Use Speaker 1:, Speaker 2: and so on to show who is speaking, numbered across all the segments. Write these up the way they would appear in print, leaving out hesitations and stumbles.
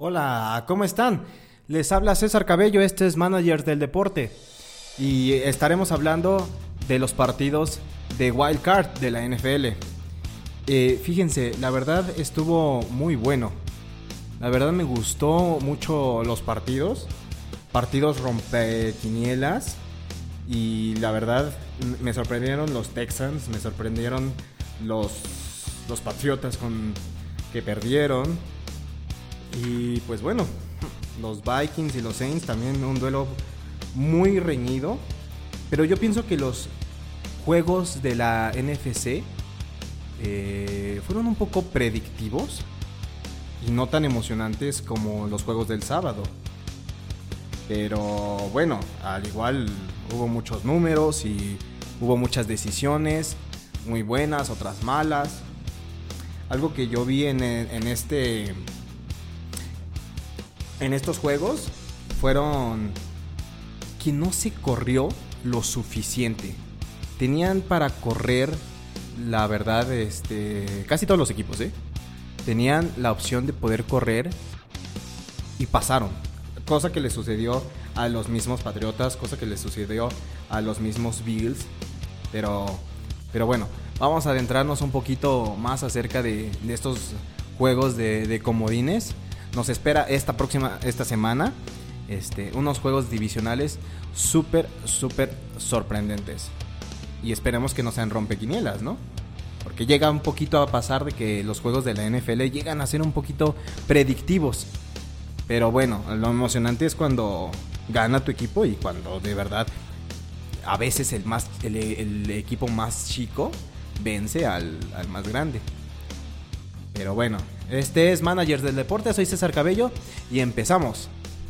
Speaker 1: Hola, ¿cómo están? Les habla César Cabello, este es Manager del Deporte y estaremos hablando de los partidos de Wild Card de la NFL. Fíjense, la verdad estuvo muy bueno. La verdad me gustó mucho los partidos rompequinielas, y la verdad me sorprendieron los Texans, me sorprendieron los Patriotas que perdieron. Y pues bueno, los Vikings y los Saints también un duelo muy reñido. Pero yo pienso que los juegos de la NFC fueron un poco predictivos y no tan emocionantes como los juegos del sábado. Pero bueno, al igual hubo muchos números y hubo muchas decisiones, muy buenas, otras malas. Algo que yo vi en estos juegos fueron que no se corrió lo suficiente. Tenían para correr, la verdad, casi todos los equipos, tenían la opción de poder correr y pasaron. Cosa que le sucedió a los mismos Patriotas, cosa que le sucedió a los mismos Bills. Pero bueno, vamos a adentrarnos un poquito más acerca de estos juegos de comodines. Nos espera esta semana unos juegos divisionales súper sorprendentes. Y esperemos que no sean rompequinielas, ¿no? Porque llega un poquito a pasar de que los juegos de la NFL llegan a ser un poquito predictivos. Pero bueno, lo emocionante es cuando gana tu equipo y cuando de verdad a veces el equipo más chico vence al más grande. Pero bueno, este es Managers del Deporte, soy César Cabello y empezamos.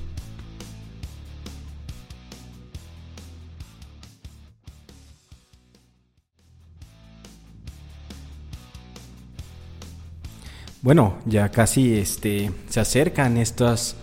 Speaker 1: Bueno, ya casi se acercan estos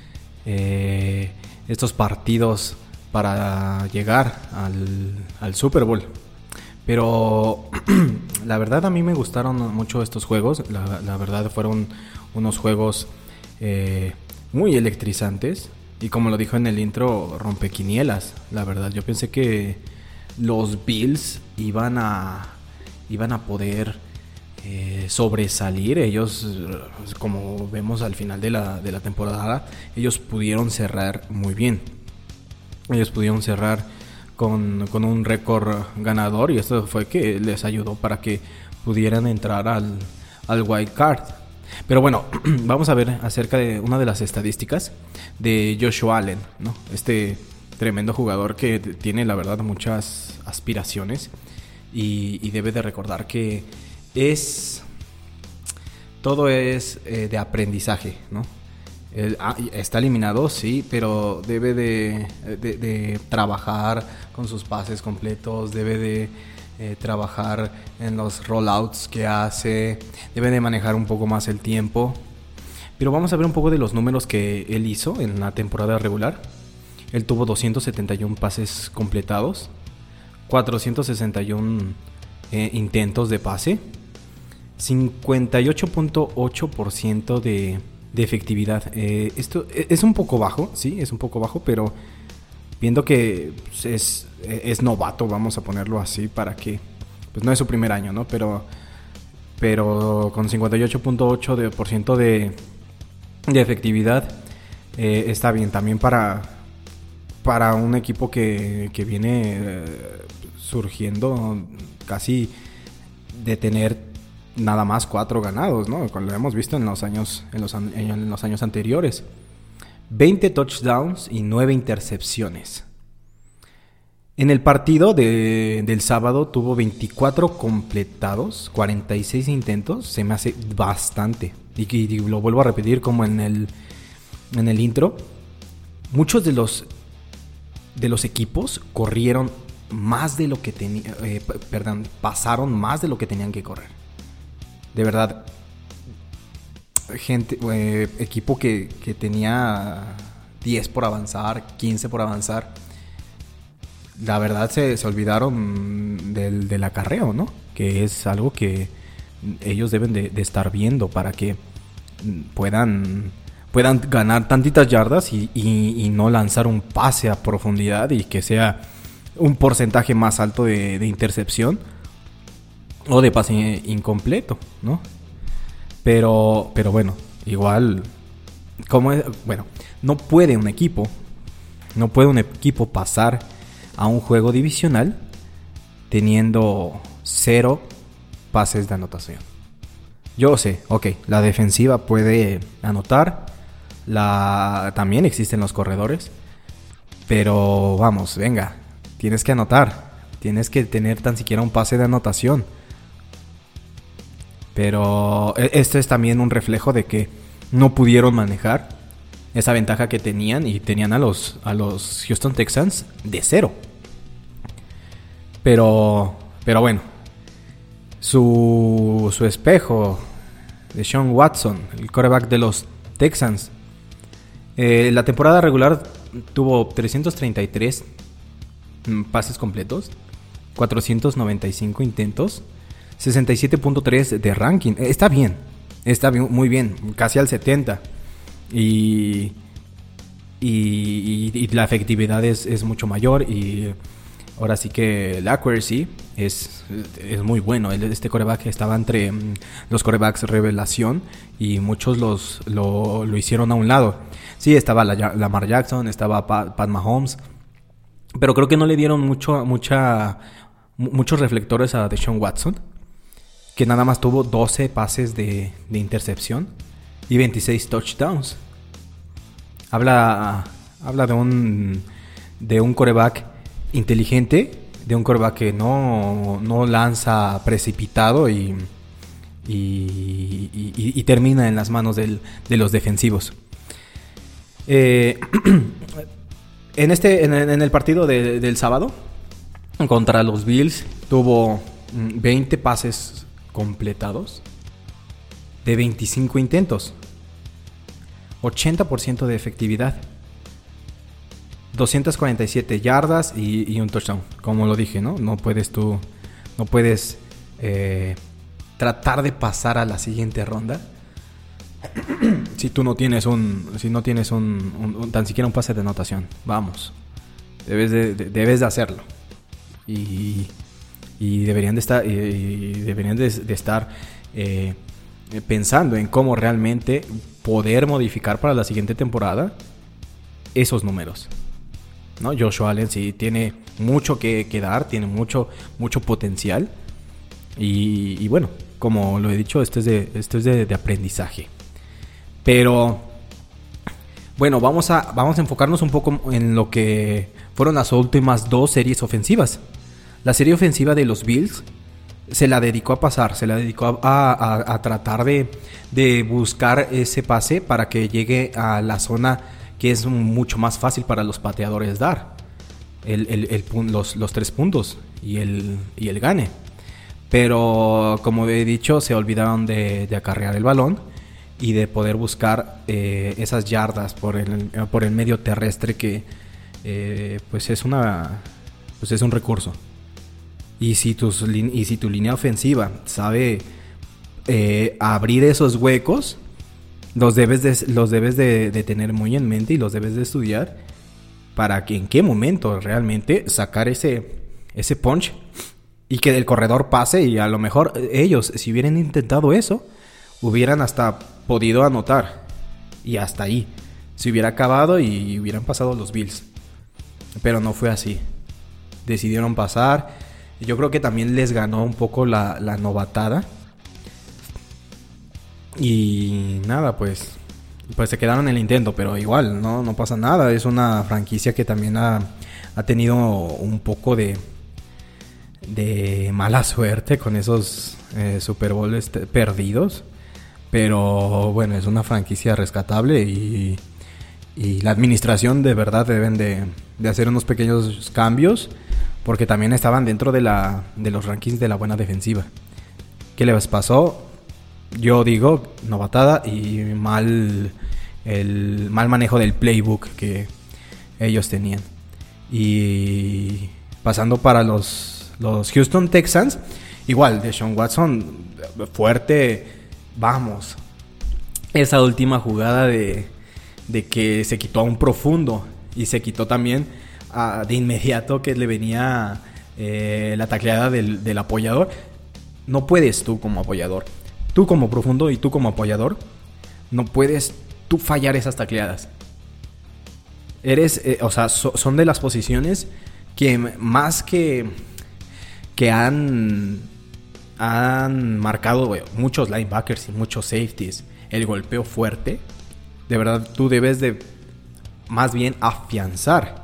Speaker 1: partidos para llegar al Super Bowl. Pero la verdad a mí me gustaron mucho estos juegos. La verdad fueron unos juegos muy electrizantes. Y como lo dijo en el intro, rompequinielas. La verdad, yo pensé que los Bills iban a poder sobresalir. Ellos, como vemos al final de la temporada, ellos pudieron cerrar muy bien. Ellos pudieron cerrar con un récord ganador, y esto fue que les ayudó para que pudieran entrar al Wild Card. Pero bueno, vamos a ver acerca de una de las estadísticas de Joshua Allen, ¿no? Este tremendo jugador que tiene, la verdad, muchas aspiraciones y debe de recordar que todo es de aprendizaje, ¿no? Está eliminado, sí, pero debe de trabajar con sus pases completos, debe de trabajar en los rollouts que hace, debe de manejar un poco más el tiempo. Pero vamos a ver un poco de los números que él hizo en la temporada regular. Él tuvo 271 pases completados, 461 intentos de pase, 58.8% de efectividad. Esto es un poco bajo, sí, es un poco bajo, pero viendo que es novato, vamos a ponerlo así, para que, pues no es su primer año, ¿no? Pero con 58.8% de efectividad está bien. También para un equipo que viene surgiendo casi de tener nada más 4 ganados, ¿no? Lo hemos visto en los años anteriores. 20 touchdowns y 9 intercepciones. En el partido del sábado tuvo 24 completados, 46 intentos. Se me hace bastante. Y lo vuelvo a repetir como en el intro. Muchos de los equipos corrieron más de lo que pasaron más de lo que tenían que correr. De verdad, equipo que tenía 10 por avanzar, 15 por avanzar, la verdad se olvidaron del acarreo, ¿no? Que es algo que ellos deben de estar viendo para que puedan puedan ganar tantitas yardas y no lanzar un pase a profundidad y que sea un porcentaje más alto de intercepción o de pase incompleto, ¿no? Pero bueno, igual, no puede un equipo pasar a un juego divisional teniendo 0 pases de anotación. Yo sé, la defensiva puede anotar, también existen los corredores, pero vamos, venga, tienes que anotar, tienes que tener tan siquiera un pase de anotación. Pero esto es también un reflejo de que no pudieron manejar esa ventaja que tenían, y tenían a los Houston Texans de 0. Pero bueno, su espejo, Deshaun Watson, el quarterback de los Texans, la temporada regular tuvo 333 pases completos, 495 intentos, 67.3 de ranking. Está bien, muy bien, casi al 70. Y la efectividad es mucho mayor. Y ahora sí que el accuracy es muy bueno. Este quarterback estaba entre los quarterbacks revelación, y muchos lo hicieron a un lado. Sí, estaba Lamar Jackson, estaba Pat Mahomes, pero creo que no le dieron muchos reflectores a Deshaun Watson, que nada más tuvo 12 pases de intercepción y 26 touchdowns. Habla de un quarterback inteligente, de un quarterback que no lanza precipitado y termina en las manos de los defensivos. En el partido del sábado contra los Bills tuvo 20 pases completados de 25 intentos, 80% de efectividad, 247 yardas y un touchdown. Como lo dije, no puedes tratar de pasar a la siguiente ronda si no tienes tan siquiera un pase de anotación. Vamos, debes de hacerlo. Y deberían de estar pensando en cómo realmente poder modificar para la siguiente temporada esos números, ¿no? Josh Allen sí tiene mucho que dar, tiene mucho potencial, y bueno, como lo he dicho, esto es de aprendizaje. Pero bueno, vamos a enfocarnos un poco en lo que fueron las últimas 2 series ofensivas. La serie ofensiva de los Bills se la dedicó a pasar, se la dedicó a tratar de buscar ese pase para que llegue a la zona que es mucho más fácil para los pateadores dar los 3 puntos y el gane. Pero como he dicho, se olvidaron de acarrear el balón y de poder buscar esas yardas por el medio terrestre, que pues es un recurso. Y si tu línea ofensiva sabe abrir esos huecos, los debes de tener muy en mente y los debes de estudiar para que en qué momento realmente sacar ese punch y que el corredor pase. Y a lo mejor ellos, si hubieran intentado eso, hubieran hasta podido anotar, y hasta ahí se hubiera acabado y hubieran pasado los Bills. Pero no fue así. Decidieron pasar. Yo creo que también les ganó un poco la novatada. Y nada, pues se quedaron en el intento. Pero igual, no pasa nada. Es una franquicia que también ha tenido un poco de mala suerte con esos Super Bowls perdidos. Pero bueno, es una franquicia rescatable, y la administración de verdad deben de hacer unos pequeños cambios, porque también estaban dentro de los rankings de la buena defensiva. ¿Qué les pasó? Yo digo, novatada y mal manejo del playbook que ellos tenían. Y pasando para los Houston Texans, igual, Deshaun Watson fuerte. Vamos, esa última jugada de de que se quitó a un profundo y se quitó también de inmediato que le venía la tacleada del apoyador. No puedes tú como apoyador, tú como profundo y tú como apoyador, no puedes tú fallar esas tacleadas. Son de las posiciones que más que han marcado muchos linebackers y muchos safeties el golpeo fuerte. De verdad, tú debes de más bien afianzar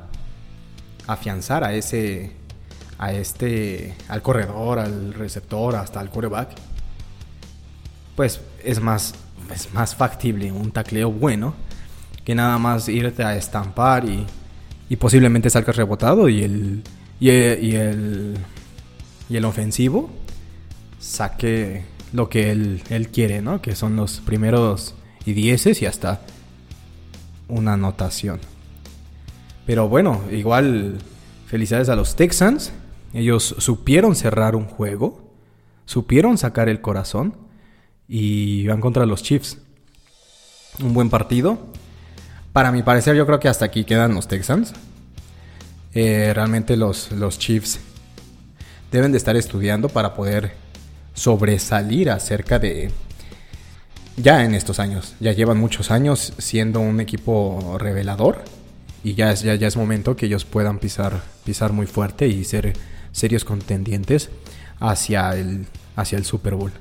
Speaker 1: al corredor, al receptor, hasta al quarterback. Pues es más factible un tacleo bueno que nada más irte a estampar y posiblemente salgas rebotado y el ofensivo saque lo que él quiere, ¿no? Que son los primeros y 10 y hasta una anotación. Pero bueno, igual felicidades a los Texans. Ellos supieron cerrar un juego, supieron sacar el corazón y van contra los Chiefs. Un buen partido. Para mi parecer, yo creo que hasta aquí quedan los Texans. Realmente los Chiefs deben de estar estudiando para poder sobresalir acerca de... Ya en estos años, ya llevan muchos años siendo un equipo revelador y ya es momento que ellos puedan pisar muy fuerte y ser serios contendientes hacia el Super Bowl.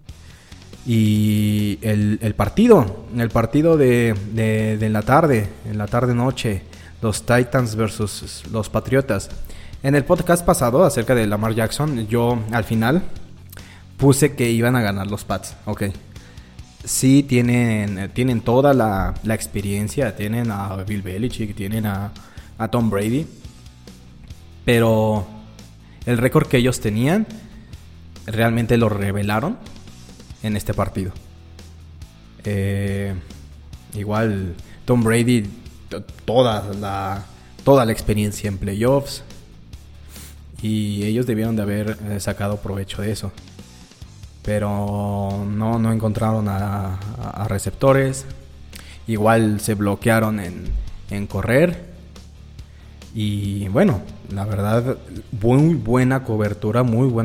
Speaker 1: Y el partido de en la tarde noche, los Titans versus los Patriotas. En el podcast pasado acerca de Lamar Jackson, yo al final puse que iban a ganar los Pats. Ok. Sí, tienen toda la experiencia, tienen a Bill Belichick, tienen a Tom Brady, pero el récord que ellos tenían realmente lo revelaron en este partido. Igual Tom Brady, toda la experiencia en playoffs, y ellos debieron de haber sacado provecho de eso. Pero no encontraron a receptores. Igual se bloquearon en correr. Y bueno, la verdad, muy buena cobertura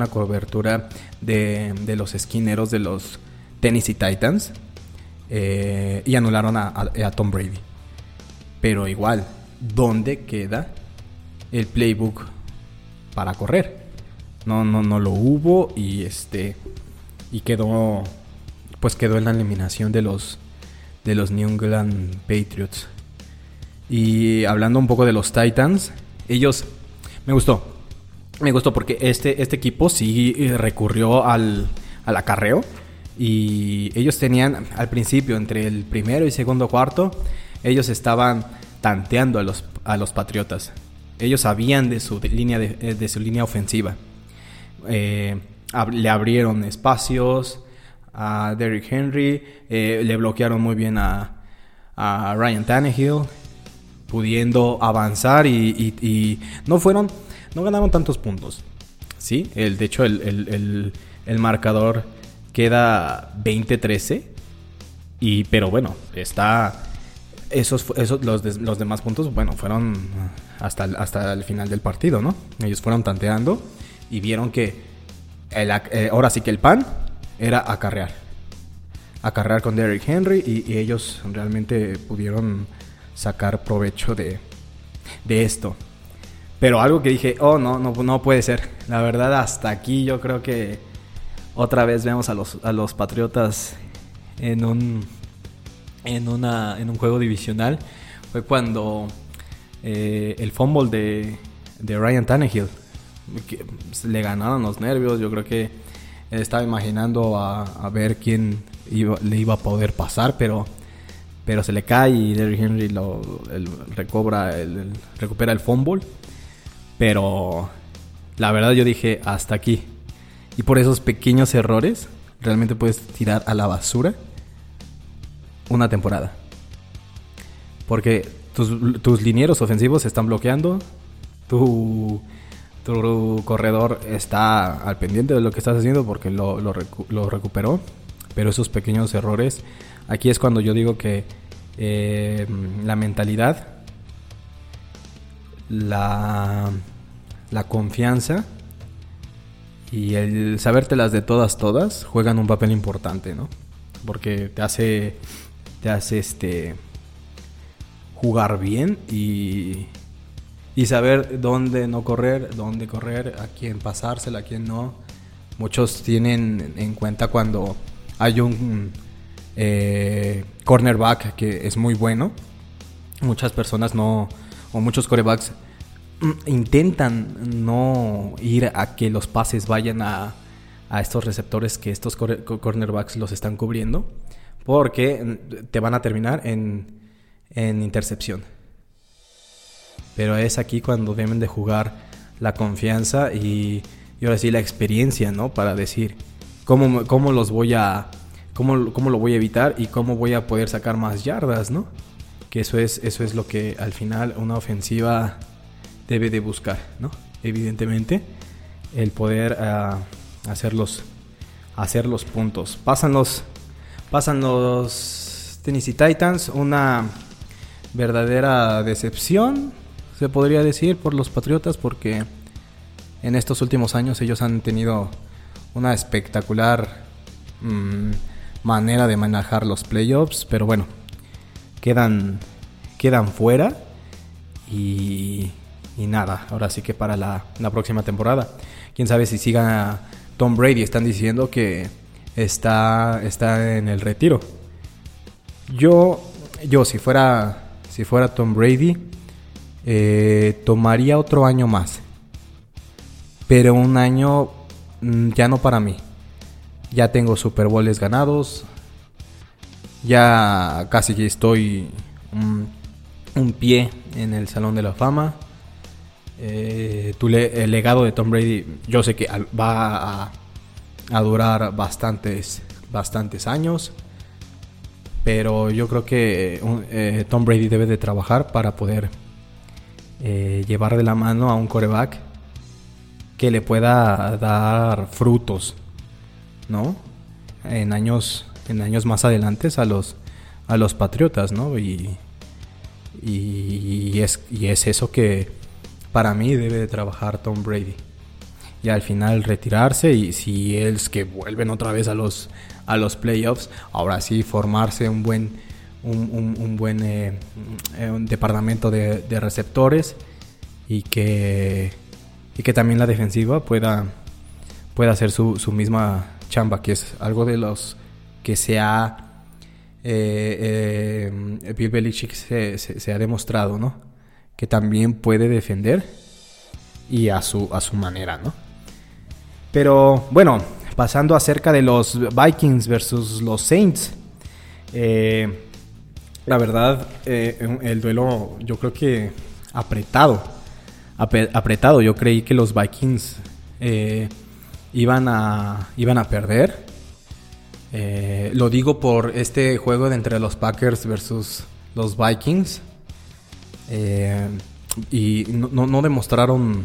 Speaker 1: de los esquineros de los Tennessee Titans. Y anularon a Tom Brady. Pero igual, ¿dónde queda el playbook para correr? No lo hubo y quedó en la eliminación de los New England Patriots. Y hablando un poco de los Titans, ellos me gustó porque este equipo sí recurrió al acarreo, y ellos tenían al principio, entre el primero y segundo cuarto, ellos estaban tanteando a los Patriotas. Ellos sabían de su línea ofensiva. Le abrieron espacios a Derrick Henry, le bloquearon muy bien a Ryan Tannehill, pudiendo avanzar y no ganaron tantos puntos. Sí, de hecho el marcador queda 20-13, pero bueno, los demás puntos, bueno, fueron hasta el final del partido, ¿no? Ellos fueron tanteando y vieron que ahora sí que el pan era acarrear con Derrick Henry, y ellos realmente pudieron sacar provecho de esto. Pero algo que dije, no puede ser. La verdad, hasta aquí yo creo que otra vez vemos a los Patriotas en un juego divisional. Fue cuando el fumble de Ryan Tannehill, que le ganaron los nervios. Yo creo que él estaba imaginando a ver quién le iba a poder pasar, pero se le cae y Derrick Henry recupera el fumble. Pero la verdad yo dije, hasta aquí. Y por esos pequeños errores realmente puedes tirar a la basura una temporada, porque tus linieros ofensivos se están bloqueando, tu corredor está al pendiente de lo que estás haciendo porque lo recuperó. Pero esos pequeños errores, aquí es cuando yo digo que la mentalidad, la confianza y el sabértelas de todas juegan un papel importante, ¿no? Porque te hace jugar bien y saber dónde no correr, dónde correr, a quién pasársela, a quién no. Muchos tienen en cuenta cuando hay un cornerback que es muy bueno. Muchas personas no, o muchos quarterbacks intentan no ir a que los pases vayan a estos receptores que estos cornerbacks los están cubriendo, porque te van a terminar en intercepción. Pero es aquí cuando deben de jugar la confianza y ahora sí la experiencia, ¿no? Para decir cómo los voy a cómo lo voy a evitar y cómo voy a poder sacar más yardas, ¿no? Que eso es lo que al final una ofensiva debe de buscar, ¿no? Evidentemente el poder hacer los puntos. Pasan los Tennessee Titans, una verdadera decepción, se podría decir, por los Patriotas, porque en estos últimos años ellos han tenido una espectacular manera de manejar los playoffs, pero bueno, quedan fuera y nada, ahora sí que para la próxima temporada, quién sabe si siga Tom Brady. Están diciendo que está en el retiro. Yo si fuera Tom Brady, tomaría otro año más, pero un año ya no para mí. Ya tengo Super Bowls ganados, ya casi que estoy un pie en el Salón de la Fama. El legado de Tom Brady, yo sé que va a durar bastantes años, pero yo creo que Tom Brady debe de trabajar para poder llevar de la mano a un quarterback que le pueda dar frutos, ¿no? En años más adelante a los Patriotas, ¿no? Y es eso que para mí debe de trabajar Tom Brady. Y al final retirarse, y si es que vuelven otra vez a los playoffs, ahora sí formarse un buen un departamento de receptores, y que también la defensiva pueda hacer su misma chamba, que es algo de los que Bill Belichick se ha demostrado, ¿no? Que también puede defender, y a su manera, ¿no? Pero bueno, pasando acerca de los Vikings versus los Saints, la verdad, el duelo, yo creo que apretado. Yo creí que los Vikings iban a perder. Lo digo por este juego de entre los Packers versus los Vikings. Y no demostraron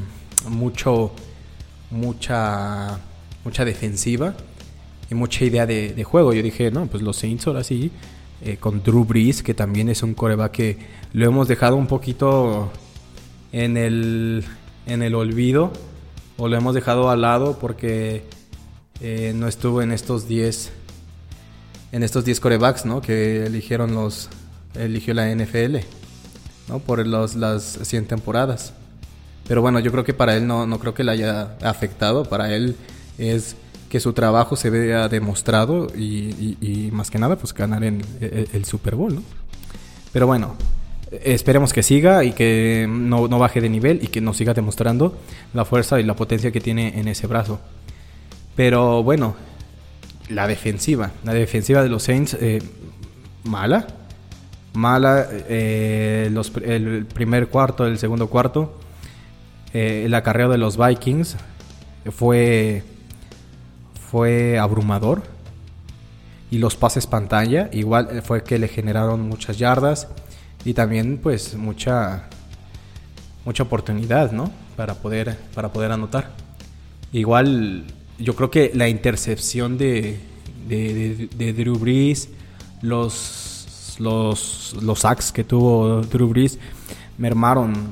Speaker 1: mucha defensiva y mucha idea de juego. Yo dije, no, pues los Saints ahora sí, con Drew Brees, que también es un quarterback que lo hemos dejado un poquito en el olvido, o lo hemos dejado al lado porque no estuvo en estos 10 quarterbacks, ¿no? Que eligió la NFL, ¿no? Por las 100 temporadas. Pero bueno, yo creo que para él no creo que le haya afectado. Para él es que su trabajo se vea demostrado y más que nada pues ganar el Super Bowl, ¿no? Pero bueno, esperemos que siga y que no baje de nivel, y que nos siga demostrando la fuerza y la potencia que tiene en ese brazo. Pero bueno, la defensiva de los Saints, mala. El primer cuarto, el segundo cuarto, el acarreo de los Vikings fue abrumador, y los pases pantalla igual fue que le generaron muchas yardas y también pues mucha oportunidad, ¿no? para poder anotar. Igual yo creo que la intercepción de Drew Brees, los los sacks que tuvo Drew Brees mermaron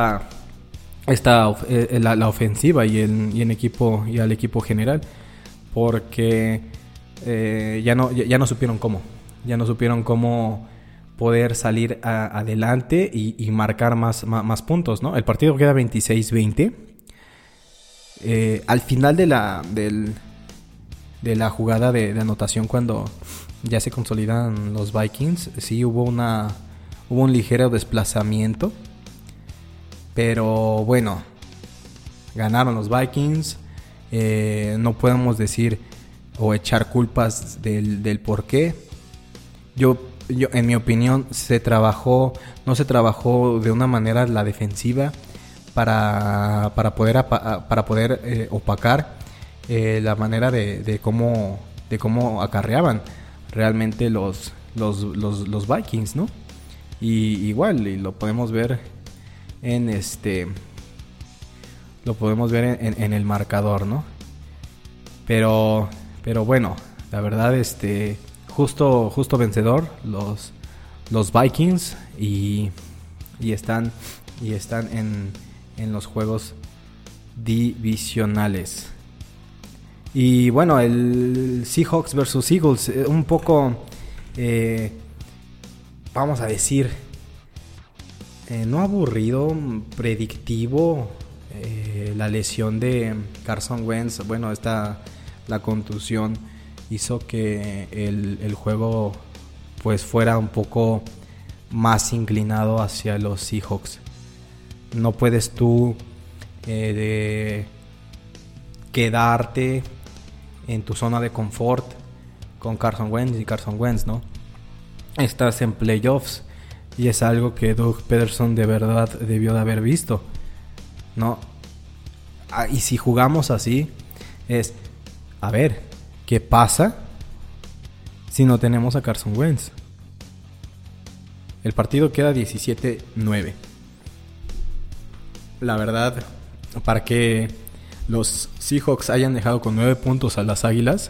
Speaker 1: la ofensiva y el equipo y al equipo general, porque ya no supieron cómo poder salir adelante y marcar más puntos, ¿no? El partido queda 26-20. Al final de la jugada de anotación, cuando ya se consolidan los Vikings, sí hubo un ligero desplazamiento, pero bueno, ganaron los Vikings. No podemos decir o echar culpas del por qué. Yo en mi opinión no se trabajó de una manera la defensiva para poder opacar la manera de cómo acarreaban realmente los Vikings, ¿no? Y igual, y lo podemos ver en el marcador, ¿no? Pero bueno, la verdad, justo vencedor los Vikings, y están en los juegos divisionales. Y bueno, el Seahawks versus Eagles, un poco, vamos a decir, no aburrido, predictivo. La lesión de Carson Wentz, bueno, la contusión hizo que el juego pues fuera un poco más inclinado hacia los Seahawks. No puedes tú quedarte en tu zona de confort con Carson Wentz, ¿no? Estás en playoffs y es algo que Doug Peterson de verdad debió de haber visto, ¿no? Y si jugamos así, es a ver qué pasa si no tenemos a Carson Wentz. El partido queda 17-9. La verdad, para que los Seahawks hayan dejado con 9 puntos a las Águilas,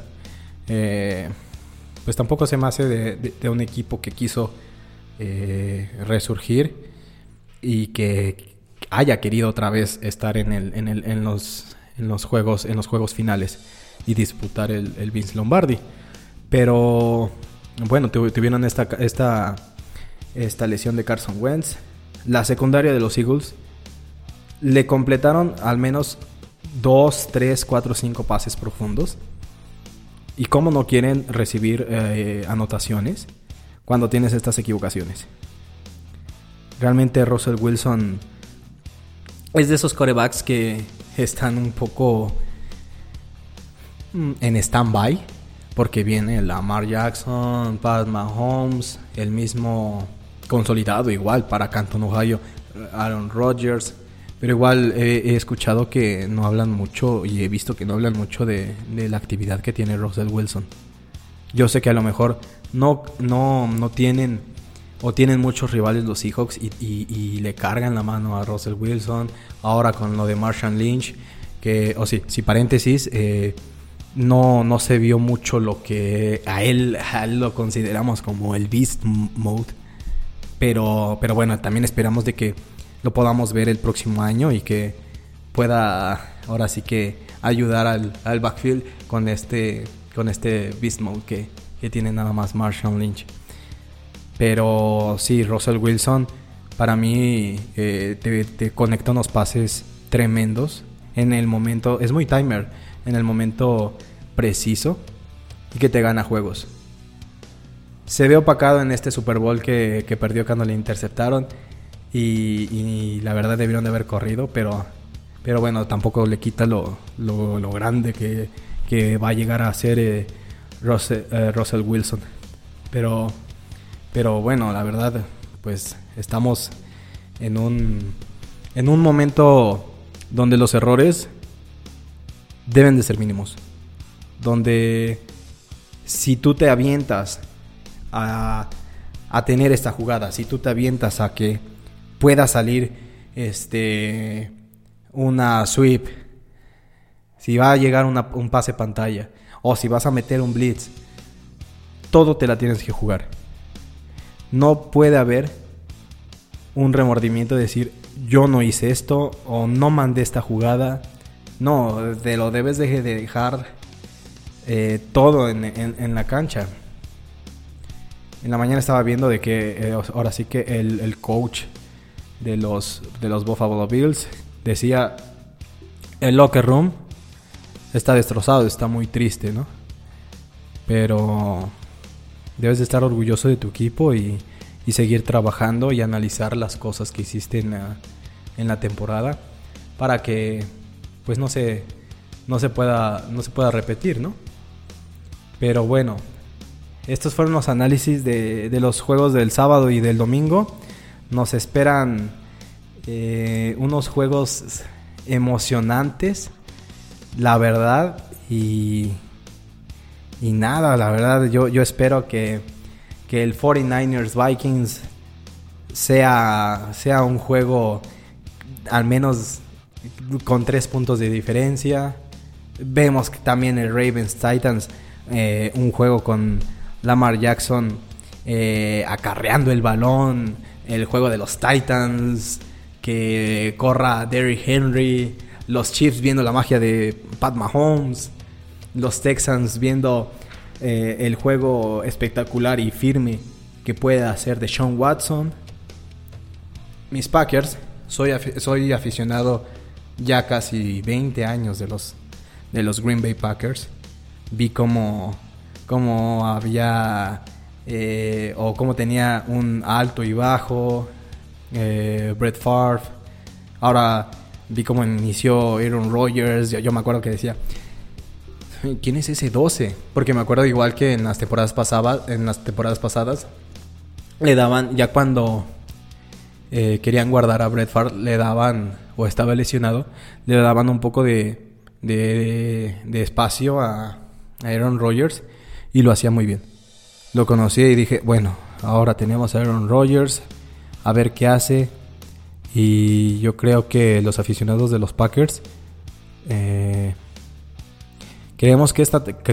Speaker 1: pues tampoco se me hace de un equipo que quiso resurgir y que haya querido otra vez estar en los juegos finales y disputar el Vince Lombardi. Pero bueno, tuvieron esta lesión de Carson Wentz. La secundaria de los Eagles le completaron al menos 2, 3, 4, 5 pases profundos. ¿Y cómo no quieren recibir anotaciones cuando tienes estas equivocaciones? Realmente Russell Wilson es de esos quarterbacks que están un poco en stand-by, porque viene Lamar Jackson, Pat Mahomes, el mismo consolidado igual para Canton, Ohio, Aaron Rodgers. Pero igual he escuchado que no hablan mucho, y he visto que no hablan mucho de la actividad que tiene Russell Wilson. Yo sé que a lo mejor no tienen o tienen muchos rivales los Seahawks y le cargan la mano a Russell Wilson. Ahora con lo de Marshawn Lynch, que, sí, paréntesis, no se vio mucho lo que a él lo consideramos como el Beast Mode. Pero bueno, también esperamos de que lo podamos ver el próximo año y que pueda ahora sí que ayudar al backfield con este Beast Mode que tiene nada más Marshawn Lynch. Pero sí, Russell Wilson para mí te conecta unos pases tremendos en el momento, es muy timer, en el momento preciso, y que te gana juegos. Se ve opacado en este Super Bowl que perdió cuando le interceptaron, y la verdad debieron de haber corrido, pero bueno, tampoco le quita lo grande que va a llegar a ser Russell Wilson. Pero bueno, la verdad, pues estamos en un momento donde los errores deben de ser mínimos, donde si tú te avientas a tener esta jugada, si tú te avientas a que pueda salir una sweep, si va a llegar un pase pantalla, o si vas a meter un blitz, todo te la tienes que jugar. no puede haber un remordimiento de decir yo no hice esto o no mandé esta jugada. No, te lo debes de dejar todo en la cancha. En la mañana estaba viendo de que ahora sí que el coach de los Buffalo Bills decía: el locker room está destrozado, está muy triste, ¿no? Pero debes de estar orgulloso de tu equipo y seguir trabajando y analizar las cosas que hiciste en la temporada para que pues no se pueda repetir, ¿no? Pero bueno, estos fueron los análisis de los juegos del sábado y del domingo. Nos esperan unos juegos emocionantes, la verdad, y nada, la verdad, yo espero que el 49ers Vikings sea un juego al menos con 3 puntos de diferencia. Vemos que también el Ravens Titans, un juego con Lamar Jackson acarreando el balón, el juego de los Titans, que corra Derrick Henry, los Chiefs viendo la magia de Pat Mahomes, los Texans viendo el juego espectacular y firme que puede hacer de Deshaun Watson. Mis Packers, soy aficionado ya casi 20 años de los Green Bay Packers. Vi cómo había o cómo tenía un alto y bajo Brett Favre. Ahora vi cómo inició Aaron Rodgers. Yo me acuerdo que decía: ¿quién es ese 12? Porque me acuerdo igual que en las temporadas pasadas le daban, ya cuando querían guardar a Brett Favre, le daban, o estaba lesionado, le daban un poco de espacio a Aaron Rodgers y lo hacía muy bien. Lo conocí y dije, bueno, ahora tenemos a Aaron Rodgers, a ver qué hace. Y yo creo que los aficionados de los Packers queremos que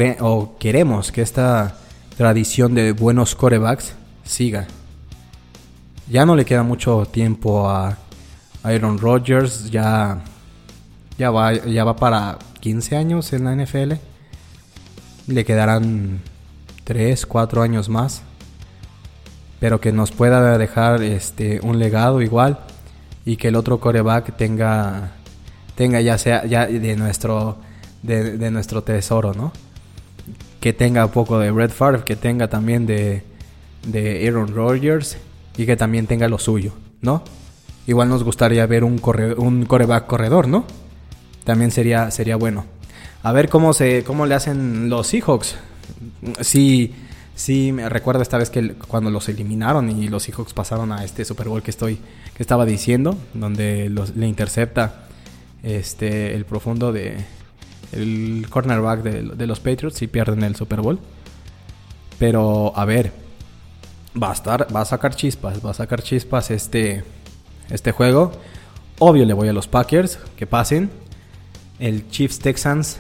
Speaker 1: esta tradición de buenos quarterbacks siga. Ya no le queda mucho tiempo a Aaron Rodgers, ya va para 15 años en la NFL. Le quedarán 3, 4 años más, pero que nos pueda dejar un legado igual, y que el otro quarterback tenga ya sea ya de nuestro tesoro, ¿no? Que tenga un poco de Brett Favre, que tenga también de Aaron Rodgers, y que también tenga lo suyo, ¿no? Igual nos gustaría ver un quarterback corredor, ¿no? También sería bueno. A ver cómo le hacen los Seahawks. Sí, me recuerdo esta vez que cuando los eliminaron y los Seahawks pasaron a este Super Bowl que estaba diciendo, donde le intercepta el profundo el cornerback de los Patriots y pierden el Super Bowl. Pero a ver, va a sacar chispas este juego. Obvio le voy a los Packers, que pasen. El Chiefs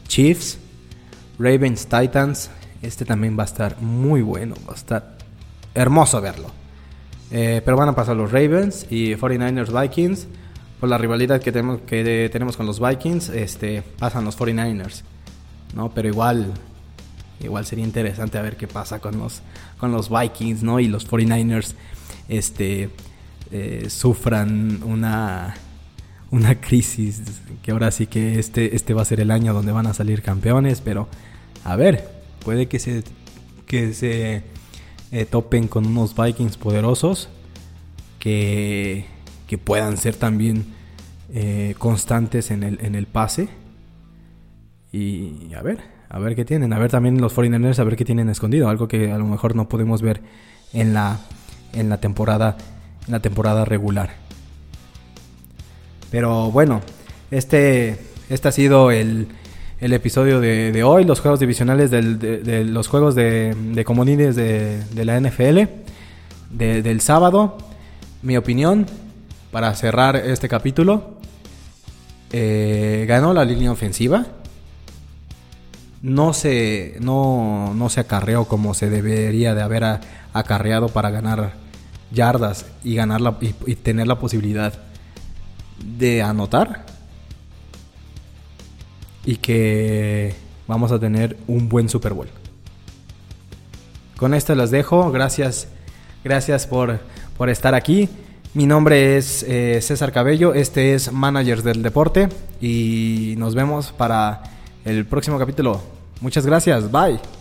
Speaker 1: Ravens Titans, también va a estar muy bueno, va a estar hermoso verlo. Pero van a pasar los Ravens y 49ers Vikings. Por la rivalidad que tenemos con los Vikings, pasan los 49ers, ¿no? Pero igual sería interesante a ver qué pasa con los Vikings, ¿no? Y los 49ers sufran una crisis, que ahora sí que este va a ser el año donde van a salir campeones. Pero a ver, puede que se topen con unos Vikings poderosos que puedan ser también constantes en el pase. Y a ver qué tienen. A ver también los 49ers, a ver qué tienen escondido. Algo que a lo mejor no podemos ver en la temporada regular. Pero bueno, este ha sido el episodio de hoy. Los juegos divisionales de los juegos de comodines de la NFL del sábado. Mi opinión para cerrar este capítulo: ganó la línea ofensiva. no se acarreó como se debería de haber acarreado para ganar yardas y y tener la posibilidad de anotar, y que vamos a tener un buen Super Bowl. Con esto las dejo. Gracias por estar aquí. Mi nombre es César Cabello. Este es Managers del Deporte. Y nos vemos para el próximo capítulo. Muchas gracias. Bye.